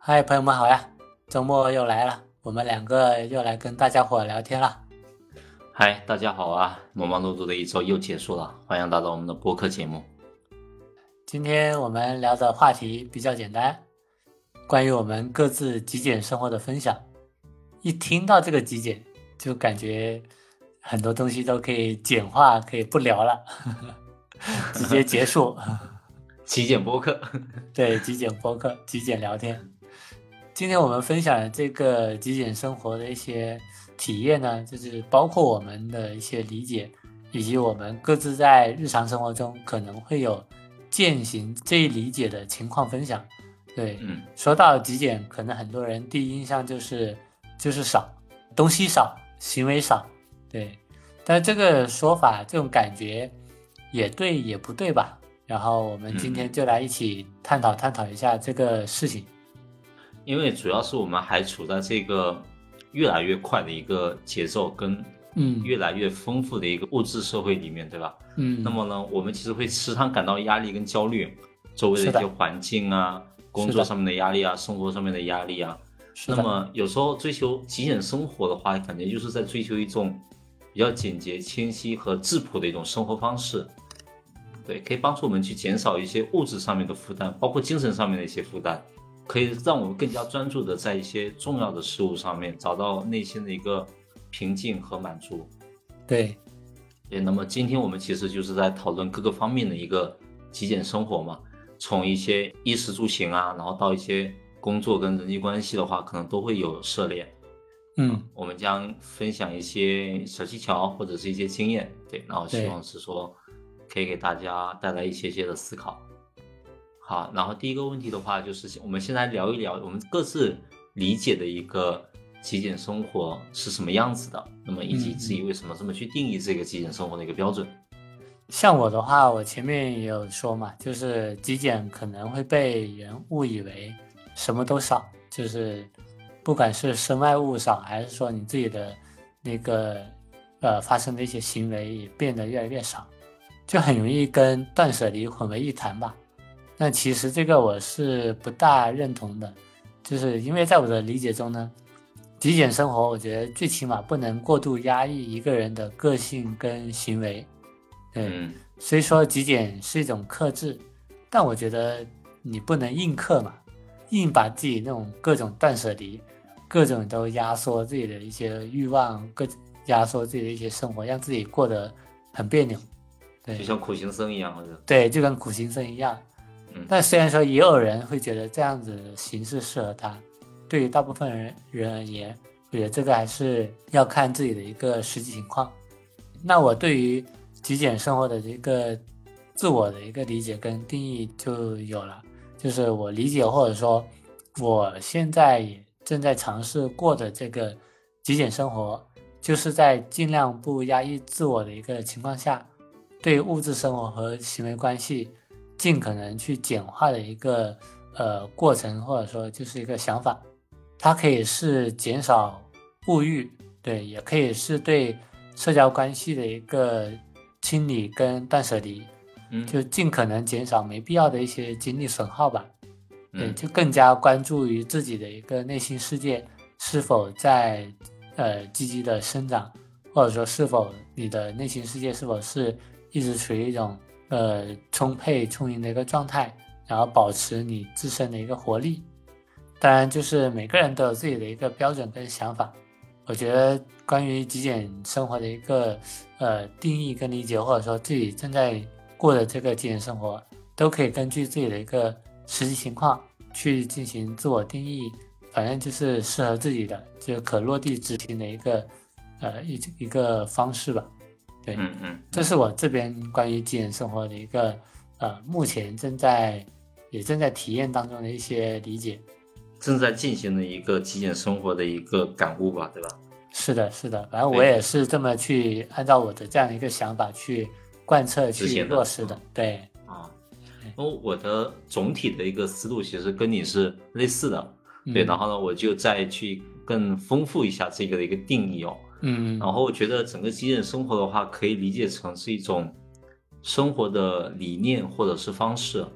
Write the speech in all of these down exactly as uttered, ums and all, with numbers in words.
嗨，朋友们好呀！周末又来了，我们两个又来跟大家伙聊天了。 嗨，大家好啊！忙忙碌碌的一周又结束了，欢迎来到我们的播客节目。 今天我们聊的话题比较简单，关于我们各自极简生活的分享。一听到这个极简，就感觉很多东西都可以简化，可以不聊了，直接结束。 极简播客， 对，极简播客，极简聊天。今天我们分享的这个极简生活的一些体验呢，就是包括我们的一些理解，以及我们各自在日常生活中可能会有践行这一理解的情况分享。对， 嗯， 说到极简，可能很多人第一印象就是就是少，东西少，行为少。对，但这个说法，这种感觉也对也不对吧？然后我们今天就来一起探讨探讨一下这个事情。 因为主要是我们还处在这个越来越快的一个节奏跟嗯越来越丰富的一个物质社会里面，对吧？ 嗯， 那么呢，我们其实会时常感到压力跟焦虑，周围的一些环境啊，工作上面的压力啊，生活上面的压力啊。那么有时候追求极简生活的话，感觉就是在追求一种比较简洁、清晰和质朴的一种生活方式。对，可以帮助我们去减少一些物质上面的负担，包括精神上面的一些负担，可以让我们更加专注的在一些重要的事物上面找到内心的一个平静和满足。 对， 对，那么今天我们其实就是在讨论各个方面的一个极简生活嘛，从一些衣食住行啊，然后到一些工作跟人际关系的话，可能都会有涉猎。 嗯， 我们将分享一些小技巧或者是一些经验，对，然后希望是说可以给大家带来一些些的思考。好，然后第一个问题的话，就是我们先来聊一聊我们各自理解的一个极简生活是什么样子的，那么以及自己为什么这么去定义这个极简生活的一个标准。 像我的话，我前面也有说嘛，就是极简可能会被人误以为什么都少，就是不管是身外物少，还是说你自己的那个呃发生的一些行为也变得越来越少，就很容易跟断舍离混为一谈吧。但其实这个我是不大认同的，就是因为在我的理解中呢，极简生活我觉得最起码不能过度压抑一个人的个性跟行为。对， 嗯， 虽说极简是一种克制，但我觉得你不能硬克嘛，硬把自己那种各种断舍离，各种都压缩自己的一些欲望，各压缩自己的一些生活，让自己过得很别扭。对， 就像苦行僧一样，或者对，就跟苦行僧一样。 嗯， 但虽然说也有人会觉得这样子的形式适合他，对于大部分人人而言，我觉得这个还是要看自己的一个实际情况。那我对于极简生活的这个自我的一个理解跟定义就有了，就是我理解或者说我现在也正在尝试过的这个极简生活，就是在尽量不压抑自我的一个情况下，对物质生活和行为关系尽可能去简化的一个呃过程，或者说就是一个想法。它可以是减少物欲，对，也可以是对社交关系的一个清理跟断舍离， 嗯， 就尽可能减少没必要的一些精力损耗吧。对， 嗯， 就更加关注于自己的一个内心世界是否在呃积极的生长，或者说是否你的内心世界是否是一直处于一种呃充沛充盈的一个状态，然后保持你自身的一个活力。当然，就是每个人都有自己的一个标准跟想法。我觉得关于极简生活的一个呃定义跟理解，或者说自己正在过的这个极简生活，都可以根据自己的一个实际情况去进行自我定义，反正就是适合自己的，就可落地执行的一个呃一一个方式吧。对， 嗯嗯， 这是我这边关于极简生活的一个呃目前正在也正在体验当中的一些理解。 正在进行的一个极简生活的一个感悟吧，对吧？ 是的，是的，反正我也是这么去按照我的这样的一个想法去贯彻、去落实的。对啊，因为我的总体的一个思路其实跟你是类似的，对，然后呢，我就再去更丰富一下这个的一个定义哦。 嗯， 然后我觉得整个极简生活的话，可以理解成是一种生活的理念或者是方式。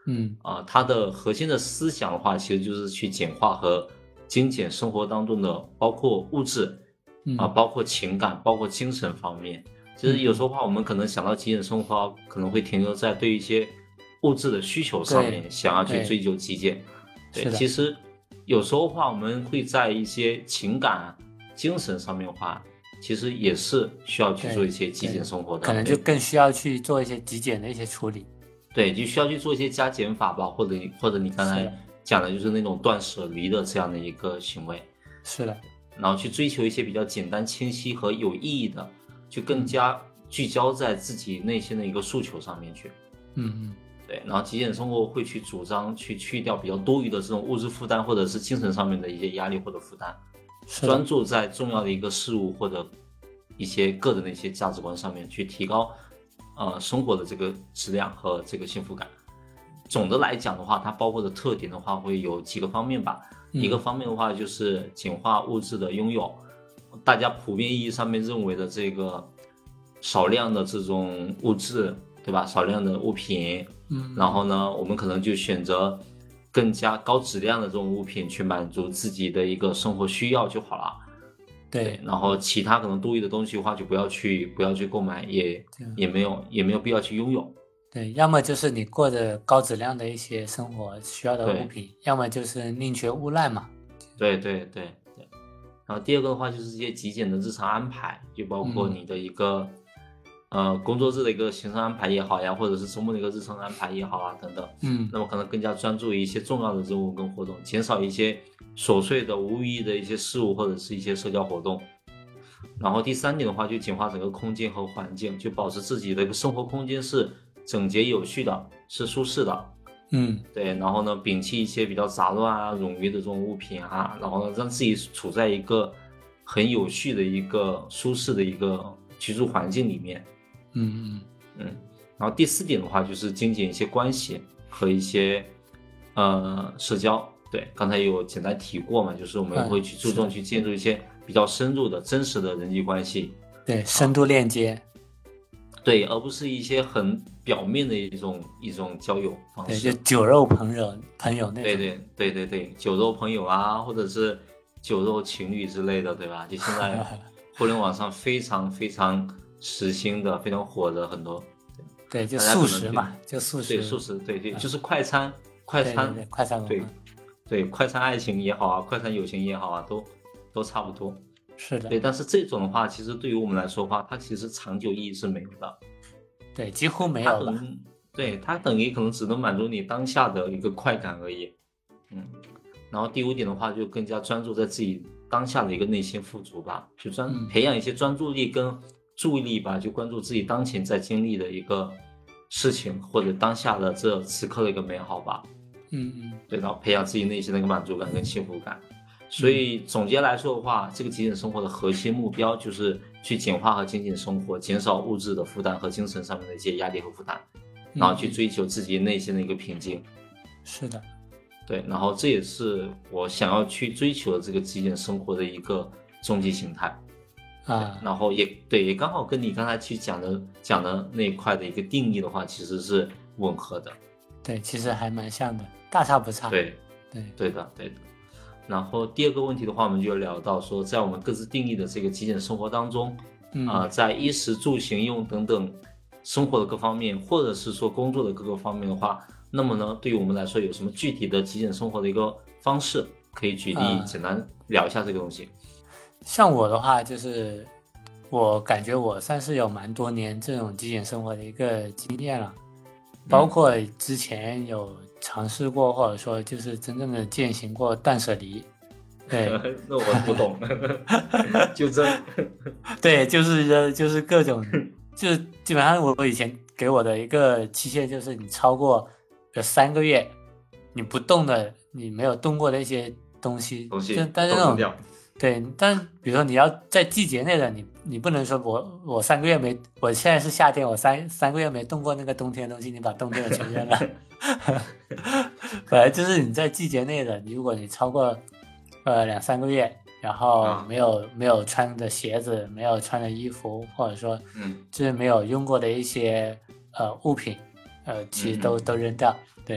嗯啊、呃，它的核心的思想的话，其实就是去简化和精简生活当中的包括物质啊、呃， 嗯包括情感，包括精神方面。其实有时候的话，我们可能想到极简生活，可能会停留在对一些物质的需求上面，想要去追求极简。对，其实有时候的话，我们会在一些情感、精神上面的话，其实也是需要去做一些极简生活的， 可能就更需要去做一些极简的一些处理。 对，就需要去做一些加减法吧，或者或者你刚才讲的就是那种断舍离的这样的一个行为。 是的， 然后去追求一些比较简单、清晰和有意义的，就更加聚焦在自己内心的一个诉求上面去。 嗯嗯， 对。然后极简生活会去主张去去掉比较多余的这种物质负担，或者是精神上面的一些压力或者负担，专注在重要的一个事物或者一些个人的一些价值观上面去提高呃生活的这个质量和这个幸福感。总的来讲的话，它包括的特点的话会有几个方面吧。一个方面的话就是简化物质的拥有，大家普遍意义上面认为的这个少量的这种物质，对吧？少量的物品， 嗯， 然后呢，我们可能就选择更加高质量的这种物品去满足自己的一个生活需要就好了。 对， 对，然后其他可能多余的东西的话，就不要去不要去购买，也也没有也没有必要去拥有。 对，要么就是你过着高质量的一些生活需要的物品，要么就是宁缺毋滥嘛。 对对对对。然后第二个的话就是这些极简的日常安排，就包括你的一个、嗯、呃工作日的一个行程安排也好呀，或者是周末的一个日程安排也好啊等等。 嗯， 那么可能更加专注于一些重要的任务跟活动，减少一些琐碎的无意义的一些事物或者是一些社交活动。然后第三点的话，就简化整个空间和环境，就保持自己的一个生活空间是整洁有序的，是舒适的。 嗯， 对，然后呢，摒弃一些比较杂乱啊、冗余的这种物品啊，然后呢，让自己处在一个很有序的一个舒适的一个居住环境里面。 嗯嗯嗯。然后第四点的话，就是精简一些关系和一些呃社交。对，刚才有简单提过嘛，就是我们会去注重去建筑一些比较深入的、真实的人际关系。 对，深度链接。 对，而不是一些很表面的一种一种交友方式。 对，就酒肉朋友朋友那种。 对对对对对，酒肉朋友啊，或者是酒肉情侣之类的，对吧？就现在互联网上非常非常时兴的、非常火的很多。 对，就速食嘛，就速食。 对，速食，对对，就是快餐，快餐， 对对对快餐文化。 对对，快餐爱情也好啊，快餐友情也好啊，都都差不多。 是的， 对，但是这种的话，其实对于我们来说的话，它其实长久意义是没有的。 对，几乎没有吧。 对，它等于可能只能满足你当下的一个快感而已。嗯，然后第五点的话，就更加专注在自己当下的一个内心富足吧，就专、嗯、培养一些专注力跟注意力吧，就关注自己当前在经历的一个事情或者当下的这此刻的一个美好吧。 嗯嗯， 对，然后培养自己内心的一个满足感跟幸福感。所以总结来说的话，这个极简生活的核心目标就是去简化和精简生活，减少物质的负担和精神上面的一些压力和负担，然后去追求自己内心的一个平静。 是的， 对，然后这也是我想要去追求的这个极简生活的一个终极形态啊。 然后也对，也刚好跟你刚才去讲的讲的那一块的一个定义的话，其实是吻合的。 对，其实还蛮像的，大差不差。 对对对的对的。然后第二个问题的话，我们就聊到说，在我们各自定义的这个极简生活当中， 嗯啊、呃，在衣食住行用等等生活的各方面，或者是说工作的各个方面的话，那么呢，对于我们来说，有什么具体的极简生活的一个方式，可以举例简单聊一下这个东西。 呃、像我的话，就是我感觉我算是有蛮多年这种极简生活的一个经验了，包括之前有尝试过，或者说就是真正的践行过断舍离。对， 那我不懂，就这， 对，就是就是各种，就基本上我以前给我的一个期限就是，你超过有三个月，你不动的，你没有动过的一些东西， 东西就但是那种，对，但比如说你要在季节内的，你你不能说我我三个月没，我现在是夏天，我三三个月没动过那个冬天的东西，你把冬天的全扔了。本来就是你在季节内的，你如果你超过呃两三个月，然后没有、啊、没有穿的鞋子，没有穿的衣服，或者说嗯就是没有用过的一些呃物品，呃其实都、嗯、都扔掉。对，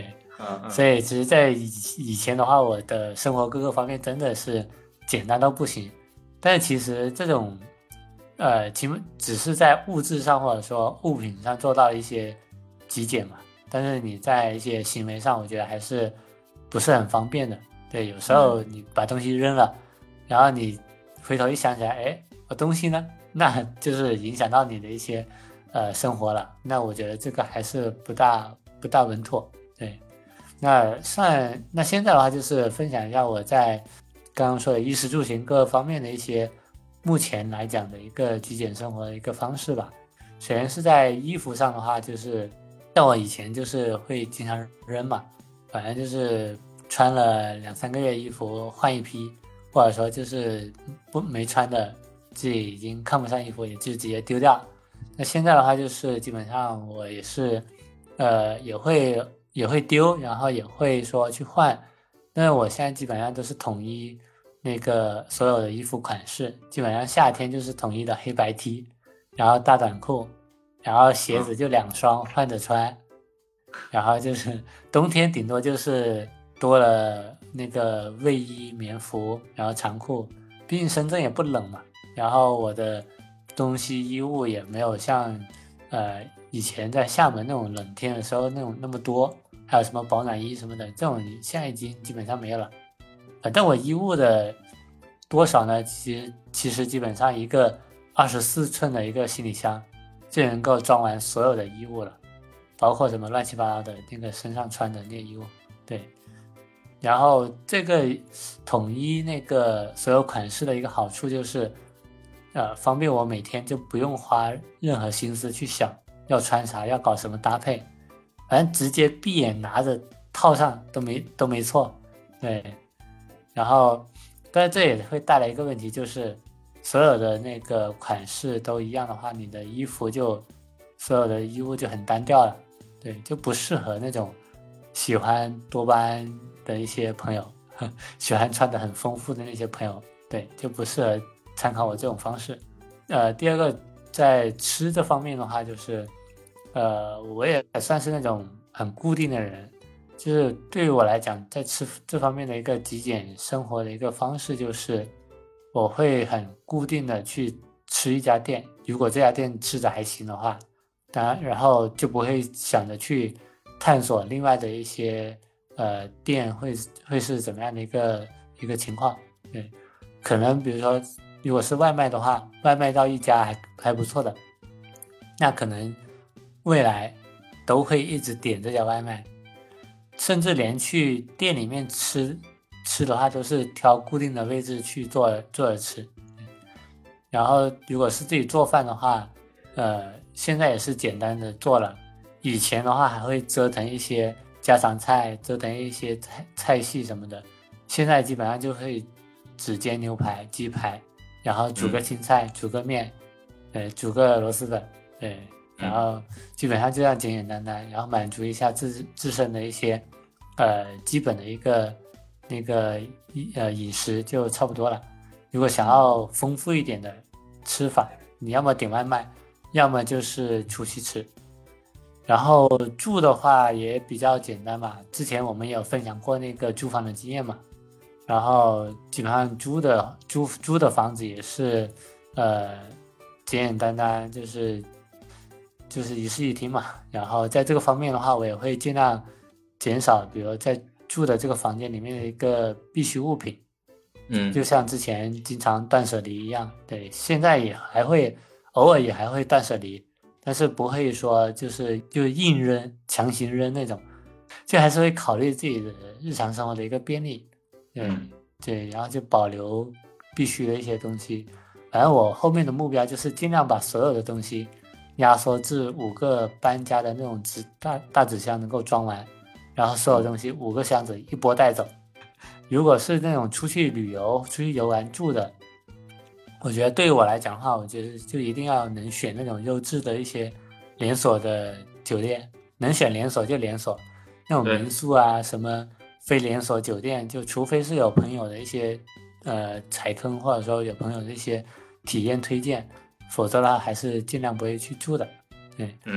嗯嗯、 所以其实在以以前的话，我的生活各个方面真的是简单到不行。但是其实这种呃，其实只是在物质上或者说物品上做到一些极简嘛，但是你在一些行为上，我觉得还是不是很方便的。对，有时候你把东西扔了，然后你回头一想起来，哎，我东西呢？那就是影响到你的一些呃生活了。那我觉得这个还是不大不大稳妥。对，那上那现在的话就是分享一下我在刚刚说的衣食住行各方面的一些目前来讲的一个极简生活的一个方式吧。首先是在衣服上的话，就是像我以前就是会经常扔嘛，反正就是穿了两三个月衣服换一批，或者说就是不没穿的自己已经看不上衣服也就直接丢掉。那现在的话就是基本上我也是呃也会也会丢，然后也会说去换。但是我现在基本上都是统一那个所有的衣服款式，基本上夏天就是统一的黑白 T， 然后大短裤，然后鞋子就两双换着穿，然后就是冬天顶多就是多了那个卫衣、棉服，然后长裤，毕竟深圳也不冷嘛。然后我的东西衣物也没有像呃以前在厦门那种冷天的时候那种那么多，还有什么保暖衣什么的，这种现在已经基本上没有了。反正我衣物的多少呢？其实其实基本上一个二十四寸的一个行李箱就能够装完所有的衣物了，包括什么乱七八糟的那个身上穿的那个衣物。对，然后这个统一那个所有款式的一个好处就是，呃，方便我每天就不用花任何心思去想要穿啥，要搞什么搭配，反正直接闭眼拿着套上都没都没错。对，然后但是这也会带来一个问题，就是所有的那个款式都一样的话，你的衣服就所有的衣物就很单调了。对，就不适合那种喜欢多巴胺的一些朋友，喜欢穿的很丰富的那些朋友，对，就不适合参考我这种方式。呃，第二个在吃这方面的话，就是呃，我也算是那种很固定的人，就是对于我来讲，在吃这方面的一个极简生活的一个方式，就是我会很固定的去吃一家店，如果这家店吃的还行的话，当然，然后就不会想着去探索另外的一些呃店会会是怎么样的一个一个情况。对，可能比如说如果是外卖的话，外卖到一家还还不错的，那可能未来都会一直点这家外卖，甚至连去店里面吃吃的话都是挑固定的位置去坐坐着吃。然后如果是自己做饭的话，呃，现在也是简单的做了，以前的话还会折腾一些家常菜，折腾一些菜菜系什么的，现在基本上就会只煎牛排、鸡排，然后煮个青菜，煮个面，呃，煮个螺蛳粉，对，然后基本上就这样简简单单，然后满足一下自自身的一些呃基本的一个那个呃饮食就差不多了。如果想要丰富一点的吃法，你要么点外卖，要么就是出去吃。然后住的话也比较简单嘛，之前我们有分享过那个租房的经验嘛，然后基本上租的租租的房子也是呃简简单单，就是就是一室一厅嘛。然后在这个方面的话，我也会尽量减少，比如在住的这个房间里面的一个必需物品。 嗯， 就像之前经常断舍离一样，对，现在也还会偶尔也还会断舍离，但是不会说就是就硬扔、强行扔那种，就还是会考虑自己的日常生活的一个便利，对、 嗯、 对，然后就保留必须的一些东西。反正我后面的目标就是尽量把所有的东西压缩至五个搬家的那种纸大大纸箱能够装完，然后所有东西五个箱子一波带走。如果是那种出去旅游、出去游玩住的，我觉得对于我来讲的话，我觉得就一定要能选那种优质的一些连锁的酒店，能选连锁就连锁，那种民宿啊什么非连锁酒店，就除非是有朋友的一些呃踩坑，或者说有朋友的一些体验推荐，否则的话还是尽量不会去住的。对， 嗯。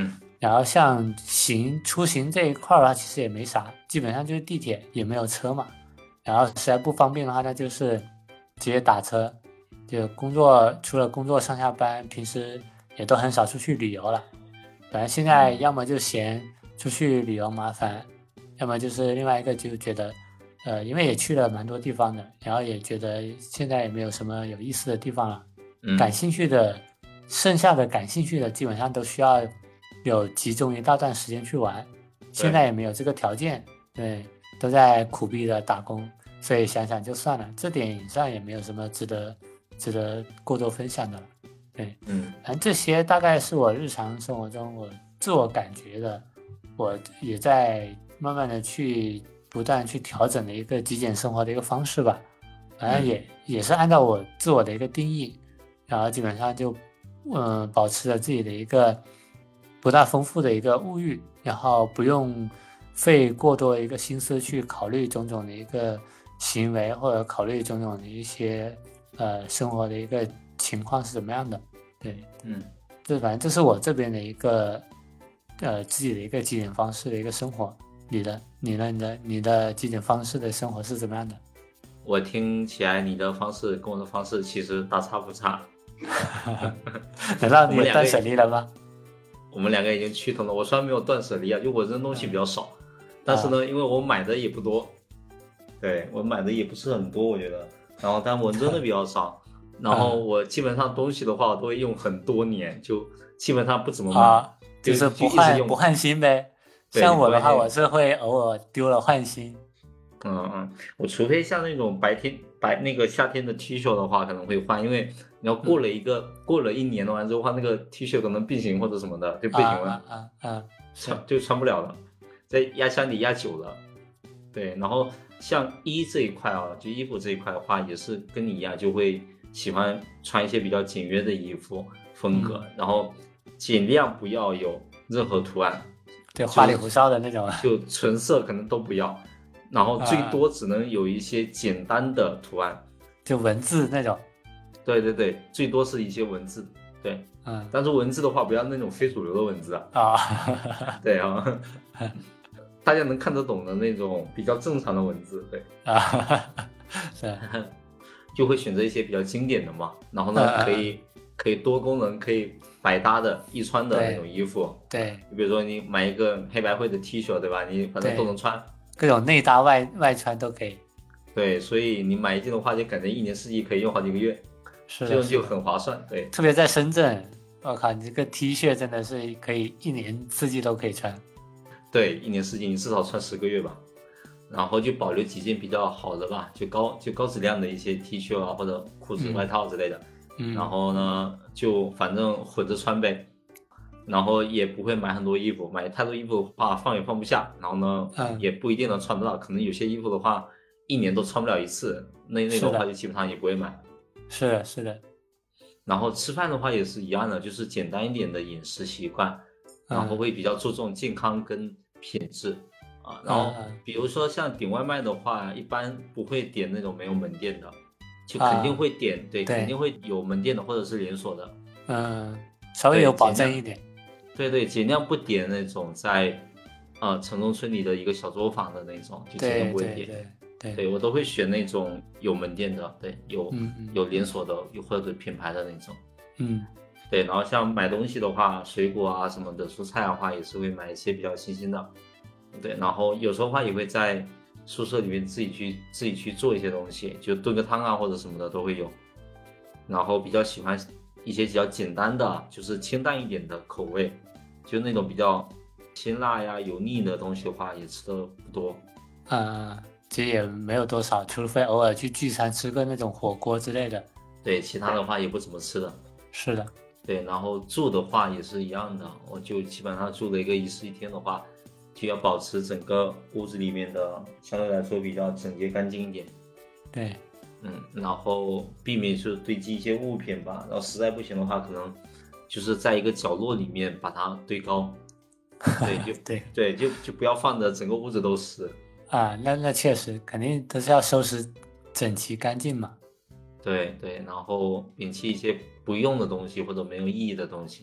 然后像行出行这一块的话，其实也没啥，基本上就是地铁也没有车嘛。然后实在不方便的话，那就是直接打车。就工作除了工作上下班，平时也都很少出去旅游了。反正现在要么就嫌出去旅游麻烦，要么就是另外一个就觉得，呃，因为也去了蛮多地方的，然后也觉得现在也没有什么有意思的地方了。 嗯， 感兴趣的，剩下的感兴趣的基本上都需要有集中一大段时间去玩，现在也没有这个条件，对，都在苦逼的打工，所以想想就算了，这点上也没有什么值得值得过多分享的了。对， 嗯， 反正这些大概是我日常生活中我自我感觉的，我也在慢慢的去不断去调整的一个极简生活的一个方式吧。反正也、嗯、也是按照我自我的一个定义，然后基本上就嗯、呃、保持了自己的一个不大丰富的一个物欲，然后不用费过多的一个心思去考虑种种的一个行为，或者考虑种种的一些呃生活的一个情况是怎么样的。对， 嗯， 这反正这是我这边的一个呃自己的一个极简方式的一个生活。你的你的你的你的极简方式的生活是怎么样的？ 我听起来你的方式跟我的方式其实大差不差。 难道你断舍离了吗？ 我们两个已经趋同了。我虽然没有断舍离啊，就我扔东西比较少，嗯、但是呢、啊，因为我买的也不多，对我买的也不是很多，我觉得。然后，但我扔的比较少。然后我基本上东西的话，我都会用很多年，就基本上不怎么买， 啊、 就就是不换不换新呗。像我的话，我是会偶尔丢了换新。 嗯嗯，我除非像那种白天白那个夏天的 T 恤的话，可能会换，因为你要过了一个、嗯、过了一年完之后的话，那个 T 恤可能变形或者什么的就变形了， 啊啊啊啊， 穿就穿不了了，在压箱底压久了。对，然后像衣这一块啊，就衣服这一块的话，也是跟你一样，就会喜欢穿一些比较简约的衣服风格，嗯、然后尽量不要有任何图案， 对，花里胡哨的那种， 就纯色可能都不要。然后最多只能有一些简单的图案， 啊、就文字那种。 对对对，最多是一些文字，对， 嗯。 但是文字的话，不要那种非主流的文字啊。 啊， 对啊，大家能看得懂的那种比较正常的文字，对。 啊，是。 就会选择一些比较经典的嘛，然后呢，可以可以多功能、可以百搭的、易穿的那种衣服。 对。 比如说你买一个黑白灰的 T 恤，对吧？你反正都能穿。 各种内搭外外穿都可以。 对，所以你买一件的话，就感觉一年四季可以用好几个月， 是这种就很划算。对， 特别在深圳，我靠，你这个 T 恤真的是可以一年四季都可以穿。 对，一年四季你至少穿十个月吧，然后就保留几件比较好的吧，就高就高质量的一些 T 恤啊，或者裤子、外套之类的。 嗯。 然后呢，就反正混着穿呗。然后也不会买很多衣服，买太多衣服的话放也放不下，然后呢、 嗯、 也不一定能穿得到，可能有些衣服的话一年都穿不了一次，那那种的话就基本上也不会买。 是的，是的。 然后吃饭的话也是一样的，就是简单一点的饮食习惯，然后会比较注重健康跟品质、嗯、啊。然后比如说像点外卖的话，一般不会点那种没有门店的，就肯定会点、啊、对， 对， 肯定会有门店的或者是连锁的， 嗯，稍微有保证一点。 对对，尽量不点那种在呃城中村里的一个小作坊的那种，就尽量不会点。 对对对 对, 对，我都会选那种有门店的，对，有、 嗯嗯、 有连锁的，又或者品牌的那种。 嗯， 对，然后像买东西的话，水果啊什么的，蔬菜的话也是会买一些比较新鲜的。对，然后有时候的话也会在宿舍里面自己去自己去做一些东西，就炖个汤啊或者什么的都会有。然后比较喜欢一些比较简单的，就是清淡一点的口味，就那种比较辛辣呀、油腻的东西的话，也吃的不多。 嗯，其实也没有多少，除非偶尔去聚餐吃个那种火锅之类的。 对，其他的话也不怎么吃的。 是的。 对，然后住的话也是一样的，我就基本上住了一个一室一厅的话，就要保持整个屋子里面的相对来说比较整洁干净一点。 对。 嗯，然后避免就是堆积一些物品吧，然后实在不行的话，可能就是在一个角落里面把它堆高。对，就对对，就就不要放的整个屋子都是。 啊，那那确实肯定都是要收拾整齐干净嘛。 对对，然后摒弃一些不用的东西或者没有意义的东西。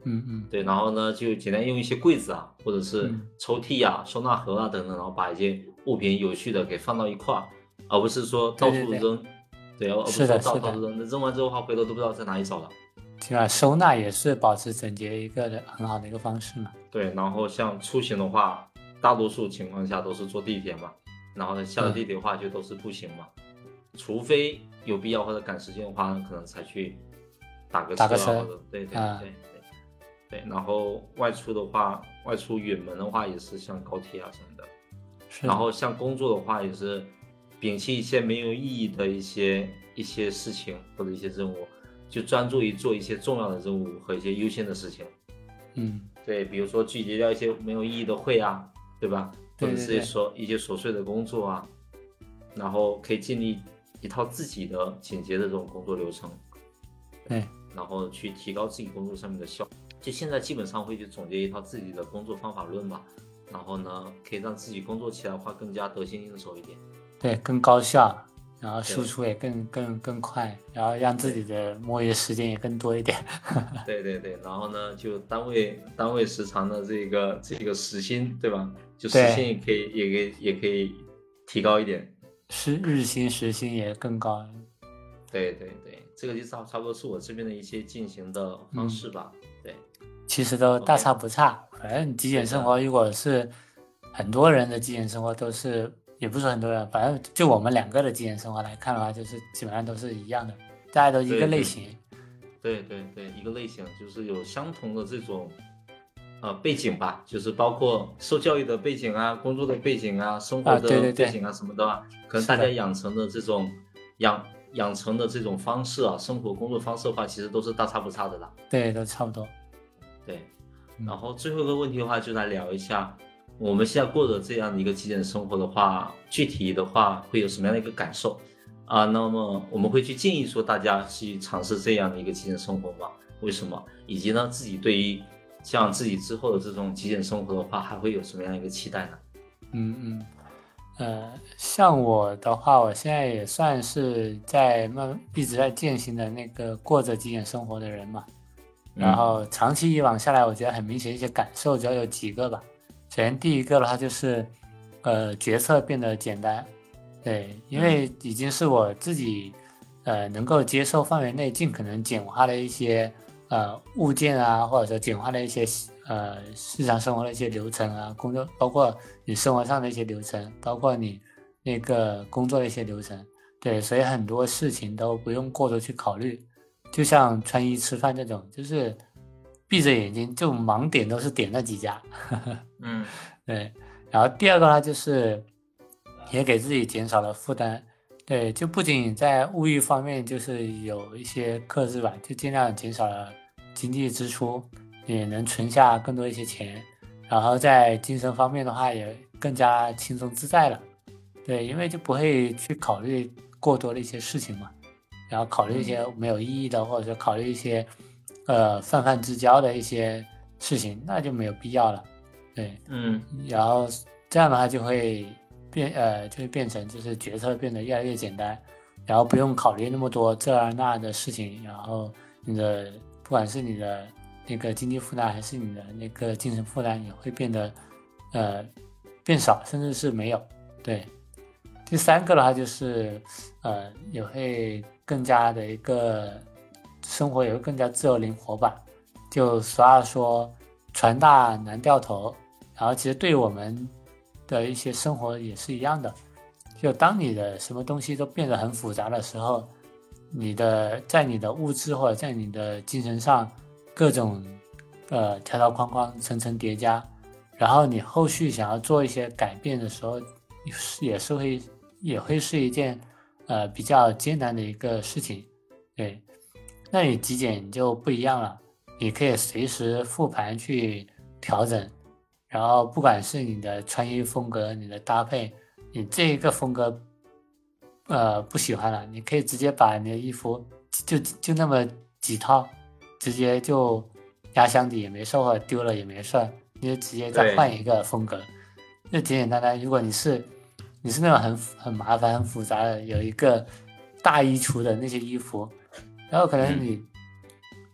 嗯嗯， 对，然后呢就简单用一些柜子啊，或者是嗯抽屉啊、收纳盒啊等等，然后把一些物品有序的给放到一块儿，而不是说到对对对， 处扔。对，而不是是说的是的， 到到处扔，那扔完之后的话，回头都不知道在哪里找了。 基本上收纳也是保持整洁一个的很好的一个方式嘛。 对，然后像出行的话，大多数情况下都是坐地铁嘛，然后呢下了地铁的话就都是步行嘛，除非有必要或者赶时间的话，可能才去打个车啊， 打个车或者对对啊对对对。然后外出的话，外出远门的话也是像高铁啊什么的。 是的然后像工作的话，也是摒弃一些没有意义的一些一些事情或者一些任务，就专注于做一些重要的任务和一些优先的事情。 嗯， 对，比如说拒绝掉一些没有意义的会啊，对吧？或者是对对对说一些琐碎的工作啊，然后可以建立一套自己的简洁的这种工作流程， 对， 然后去提高自己工作上面的效率。就现在基本上会去总结一套自己的工作方法论吧，然后呢，可以让自己工作起来的话更加得心应手一点。 对，更高效，然后输对出也更更更快，然后让自己的摸鱼时间也更多一点。 对对对，然后呢，就单位单位时长的这个这个时薪，对吧？就时对薪也可以也可以也可以提高一点。 是日薪时薪也更高。 对对对，这个就差差不多是我这边的一些进行的方式吧。 嗯、 对， 其实都大差不差。反正极简生活，如果是很多人的极简生活都是，也不是很多人，反正就我们两个的极简生活来看的话，就是基本上都是一样的，大家都一个类型。 对对 对, 对，一个类型就是有相同的这种呃背景吧，就是包括受教育的背景啊、工作的背景啊、生活的背景啊什么的啊， 啊、对对对可能大家养成的这种养养成的这种方式啊，生活工作方式的话，其实都是大差不差的啦。 对，都差不多。 对，然后最后一个问题的话，就来聊一下我们现在过的这样的一个极简生活的话，具体的话会有什么样的一个感受啊？那么我们会去建议说大家去尝试这样的一个极简生活吗？为什么？以及呢，自己对于像自己之后的这种极简生活的话，还会有什么样一个期待呢？ 嗯嗯，呃，像我的话，我现在也算是在慢一直在践行的那个过着极简生活的人嘛。然后长期以往下来，我觉得很明显一些感受，主要有几个吧。首先第一个的话就是，呃，决策变得简单。对，因为已经是我自己，呃，能够接受范围内尽可能简化的一些呃物件啊，或者说简化的一些呃日常生活的一些流程啊，工作包括你生活上的一些流程，包括你那个工作的一些流程。对，所以很多事情都不用过多去考虑，就像穿衣吃饭这种，就是闭着眼睛就盲点都是点那几家。 嗯， 对。然后第二个呢，就是也给自己减少了负担。对，就不仅在物欲方面就是有一些克制吧，就尽量减少了经济支出，也能存下更多一些钱。然后在精神方面的话，也更加轻松自在了。对，因为就不会去考虑过多的一些事情嘛，然后考虑一些没有意义的，或者说考虑一些呃泛泛之交的一些事情，那就没有必要了。对， 嗯， 然后这样的话就会变呃，就会变成就是决策变得越来越简单，然后不用考虑那么多这儿那的事情，然后你的不管是你的那个经济负担还是你的那个精神负担也会变得呃变少，甚至是没有。对，第三个的话就是呃也会更加的一个生活也会更加自由灵活吧，就俗话说船大难掉头。然后其实对我们的一些生活也是一样的，就当你的什么东西都变得很复杂的时候，你的在你的物质或者在你的精神上各种呃条条框框层层叠加，然后你后续想要做一些改变的时候，也是会也会是一件呃比较艰难的一个事情。对，那你极简就不一样了，你可以随时复盘去调整。然后不管是你的穿衣风格，你的搭配，你这一个风格呃不喜欢了，你可以直接把你的衣服就就那么几套直接就压箱底也没事，或者丢了也没事，你就直接再换一个风格，就简简单单。如果你是你是那种很很麻烦很复杂的有一个大衣橱的那些衣服，然后可能你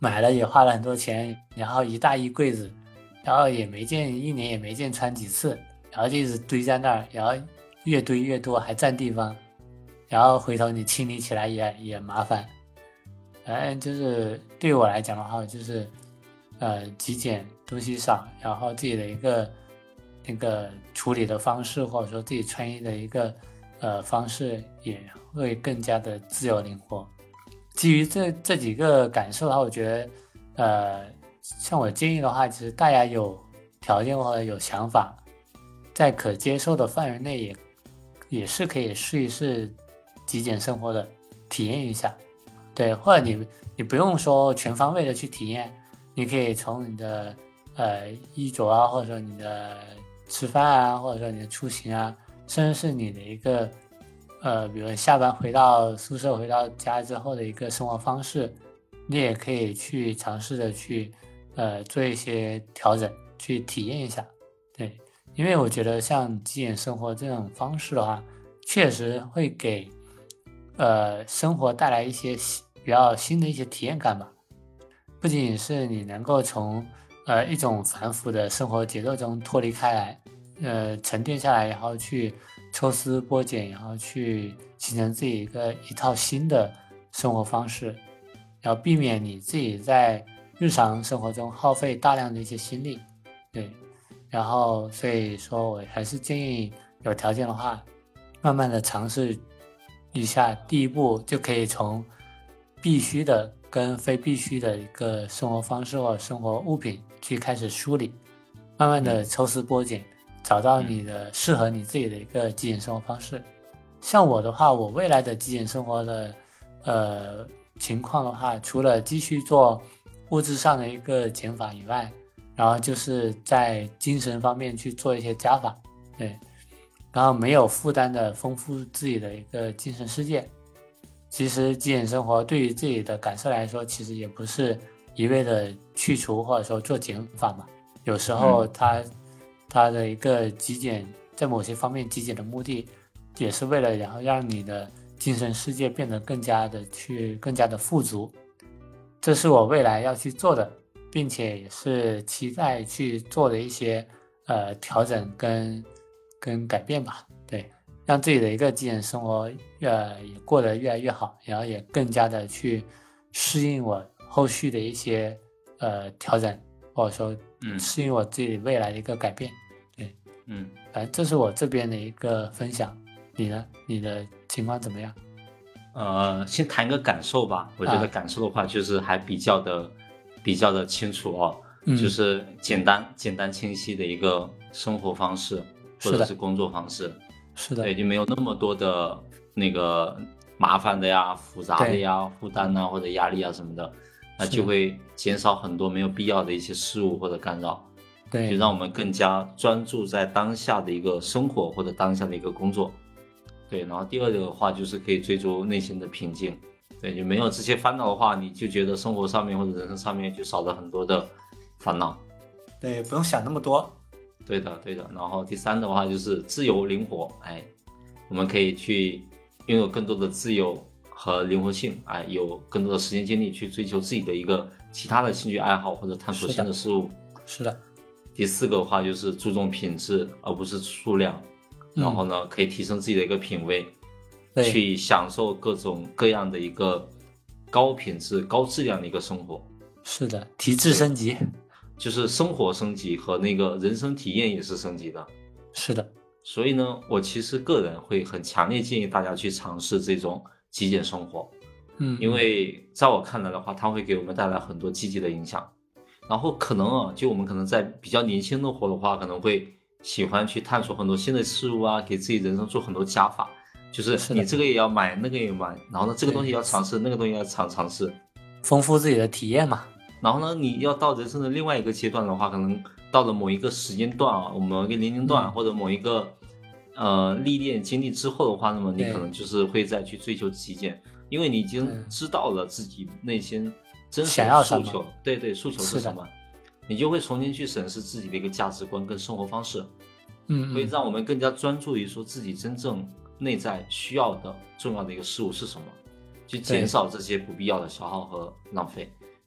买了也花了很多钱，然后一大衣柜子，然后也没见一年也没见穿几次，然后就一直堆在那儿，然后越堆越多，还占地方，然后回头你清理起来也也麻烦。反正就是对于我来讲的话，就是呃极简，东西少，然后自己的一个那个处理的方式，或者说自己穿衣的一个呃方式也会更加的自由灵活。基于这这几个感受的话，我觉得呃像我建议的话，其实大家有条件或者有想法，在可接受的范围内也也是可以试一试极简生活的，体验一下。对，或者你你不用说全方位的去体验，你可以从你的呃衣着啊，或者说你的吃饭啊，或者说你的出行啊，甚至是你的一个呃，比如下班回到宿舍、回到家之后的一个生活方式，你也可以去尝试的去呃做一些调整，去体验一下。对，因为我觉得像极简生活这种方式的话，确实会给呃生活带来一些比较新的一些体验感吧。不仅仅是你能够从呃一种繁复的生活节奏中脱离开来，呃沉淀下来，然后去抽丝剥茧，然后去形成自己一个一套新的生活方式，然后避免你自己在日常生活中耗费大量的一些心力。对，然后所以说我还是建议有条件的话，慢慢的尝试一下，第一步就可以从必须的跟非必须的一个生活方式或者生活物品去开始梳理，慢慢的抽丝剥茧，找到你的适合你自己的一个极简生活方式。像我的话，我未来的极简生活的呃情况的话，除了继续做物质上的一个减法以外，然后就是在精神方面去做一些加法，对，然后没有负担的丰富自己的一个精神世界。其实极简生活对于自己的感受来说，其实也不是一味的去除或者说做减法嘛，有时候它、嗯、它的一个极简，在某些方面极简的目的，也是为了然后让你的精神世界变得更加的去更加的富足。这是我未来要去做的，并且也是期待去做的一些呃调整跟跟改变吧。对，让自己的一个极简生活呃也过得越来越好，然后也更加的去适应我后续的一些呃调整，或者说适应我自己未来的一个改变。对， 嗯， 反正这是我这边的一个分享。你呢？你的情况怎么样？ 呃，先谈个感受吧。我觉得感受的话，就是还比较的、啊、比较的清楚哦、嗯，就是简单、简单清晰的一个生活方式，或者是工作方式。 是的， 对，就没有那么多的那个麻烦的呀、复杂的呀、负担啊或者压力啊什么的，那就会减少很多没有必要的一些事物或者干扰。 对， 就让我们更加专注在当下的一个生活或者当下的一个工作。对，然后第二个的话就是可以追逐内心的平静。对，就没有这些烦恼的话，你就觉得生活上面或者人生上面就少了很多的烦恼。 对，不用想那么多。 对的，对的。然后第三的话就是自由灵活，哎，我们可以去拥有更多的自由和灵活性，哎，有更多的时间精力去追求自己的一个其他的兴趣爱好或者探索新的事物。 是的。 第四个的话就是注重品质而不是数量。然后呢，可以提升自己的一个品味，去享受各种各样的一个高品质、高质量的一个生活。 是的，提质升级， 就是生活升级和那个人生体验也是升级的。 是的， 所以呢，我其实个人会很强烈建议大家去尝试这种极简生活。 嗯， 因为在我看来的话，它会给我们带来很多积极的影响。然后可能啊，就我们可能在比较年轻的活的话，可能会喜欢去探索很多新的事物啊，给自己人生做很多加法，就是你这个也要买，那个也要买，然后呢，这个东西要尝试，那个东西要尝尝试， 丰富自己的体验嘛。 然后呢，你要到人生的另外一个阶段的话，可能到了某一个时间段啊，某一个年龄段、嗯、或者某一个呃历练经历之后的话，那么你可能就是会再去追求极简，因为你已经知道了自己内心真实的诉求，对对，诉求是什么。你就会重新去审视自己的一个价值观跟生活方式， 嗯， 会让我们更加专注于说自己真正内在需要的重要的一个事物是什么，去减少这些不必要的消耗和浪费。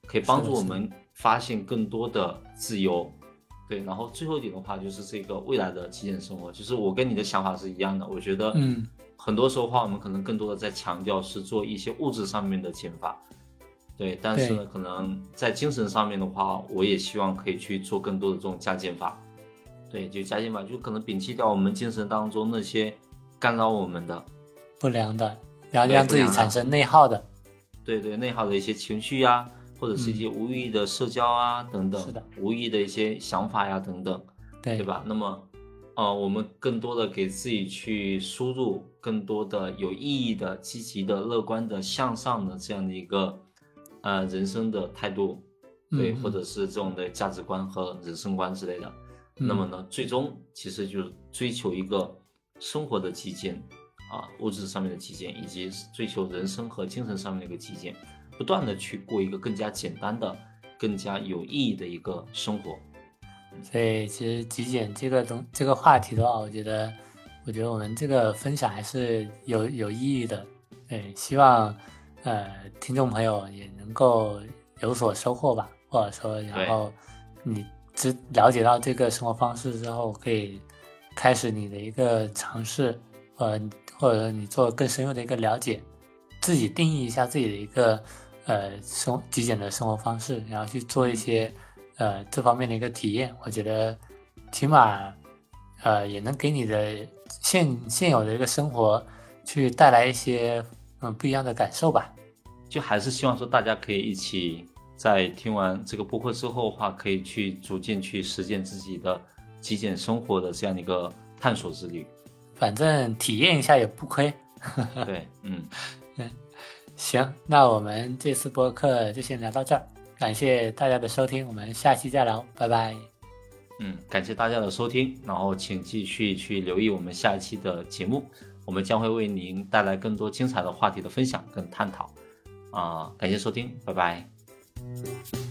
可以帮助我们发现更多的自由。对，然后最后一点的话就是这个未来的极简生活，就是我跟你的想法是一样的，我觉得嗯， 很多时候的话我们可能更多的在强调是做一些物质上面的减法，对，但是呢可能在精神上面的话，我也希望可以去做更多的这种加减法。对，就加减法就可能摒弃掉我们精神当中那些干扰我们的不良的，然后让自己产生内耗的， 对对，内耗的一些情绪呀，或者是一些无意义的社交啊、嗯、等等， 是的， 无意义的一些想法呀等等， 对对吧？那么，呃，我们更多的给自己去输入更多的有意义的、积极的、乐观的、向上的这样的一个呃人生的态度，对， 嗯、 或者是这种的价值观和人生观之类的。嗯、那么呢，最终其实就是追求一个生活的极简啊，物质上面的极简，以及追求人生和精神上面的一个极简。不断的去过一个更加简单的、更加有意义的一个生活。 所以其实极简这个东这个话题的话，我觉得，我觉得我们这个分享还是有有意义的。对，希望呃听众朋友也能够有所收获吧，或者说，然后你知了解到这个生活方式之后，可以开始你的一个尝试，呃，或者你做更深入的一个了解，自己定义一下自己的一个。呃，生极简的生活方式，然后去做一些呃这方面的一个体验，我觉得起码呃也能给你的现现有的一个生活去带来一些嗯不一样的感受吧。 就还是希望说大家可以一起在听完这个播客之后的话，可以去逐渐去实践自己的极简生活的这样的一个探索之旅。 反正体验一下也不亏。 对，嗯。 行，那我们这次播客就先聊到这儿，感谢大家的收听，我们下期再聊，拜拜。 嗯，感谢大家的收听，然后请继续去留意我们下一期的节目，我们将会为您带来更多精彩的话题的分享跟探讨。啊、呃，感谢收听，拜拜。